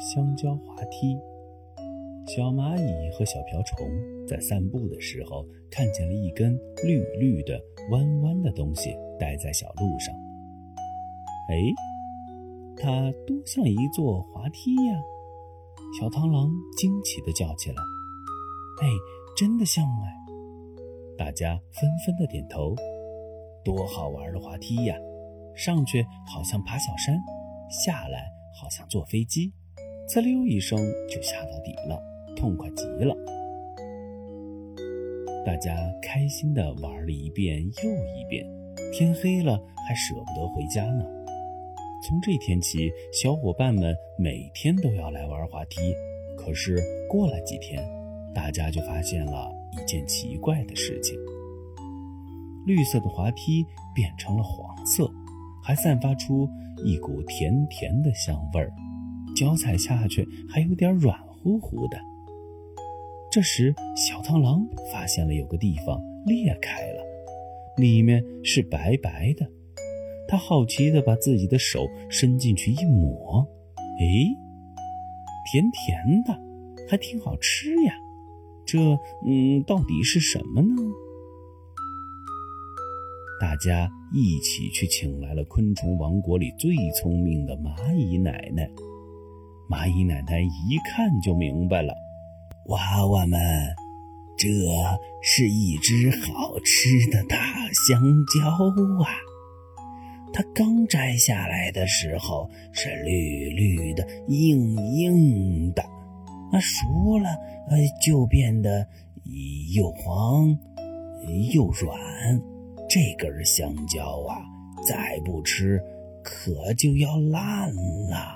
香蕉滑梯。小蚂蚁和小瓢虫在散步的时候，看见了一根绿绿的弯弯的东西待在小路上。它多像一座滑梯呀！小螳螂惊奇地叫起来。真的像哎！大家纷纷地点头。多好玩的滑梯呀！上去好像爬小山，下来好像坐飞机，呲溜一声就下到底了，痛快极了。大家开心地玩了一遍又一遍，天黑了还舍不得回家呢。从这天起，小伙伴们每天都要来玩滑梯。可是过了几天，大家就发现了一件奇怪的事情。绿色的滑梯变成了黄色，还散发出一股甜甜的香味儿，脚踩下去还有点软乎乎的。这时小螳螂发现了有个地方裂开了，里面是白白的。他好奇地把自己的手伸进去一抹，甜甜的，还挺好吃呀。这到底是什么呢？大家一起去请来了昆虫王国里最聪明的蚂蚁奶奶。蚂蚁奶奶一看就明白了，娃娃们，这是一只好吃的大香蕉啊！它刚摘下来的时候是绿绿的、硬硬的，熟了就变得又黄又软。这根香蕉啊，再不吃可就要烂了。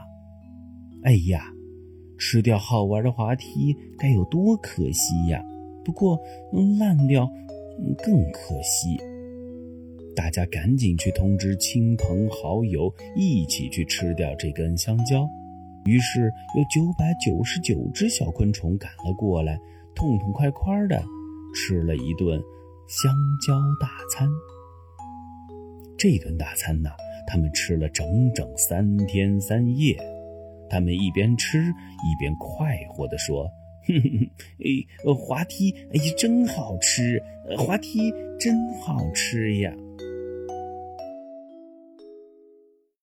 吃掉好玩的滑梯该有多可惜呀！不过烂掉更可惜。大家赶紧去通知亲朋好友，一起去吃掉这根香蕉。于是有999只小昆虫赶了过来，痛痛快快的吃了一顿香蕉大餐。这顿大餐呢，他们吃了整整3天3夜。他们一边吃一边快活地说：滑梯真好吃，滑梯真好吃呀！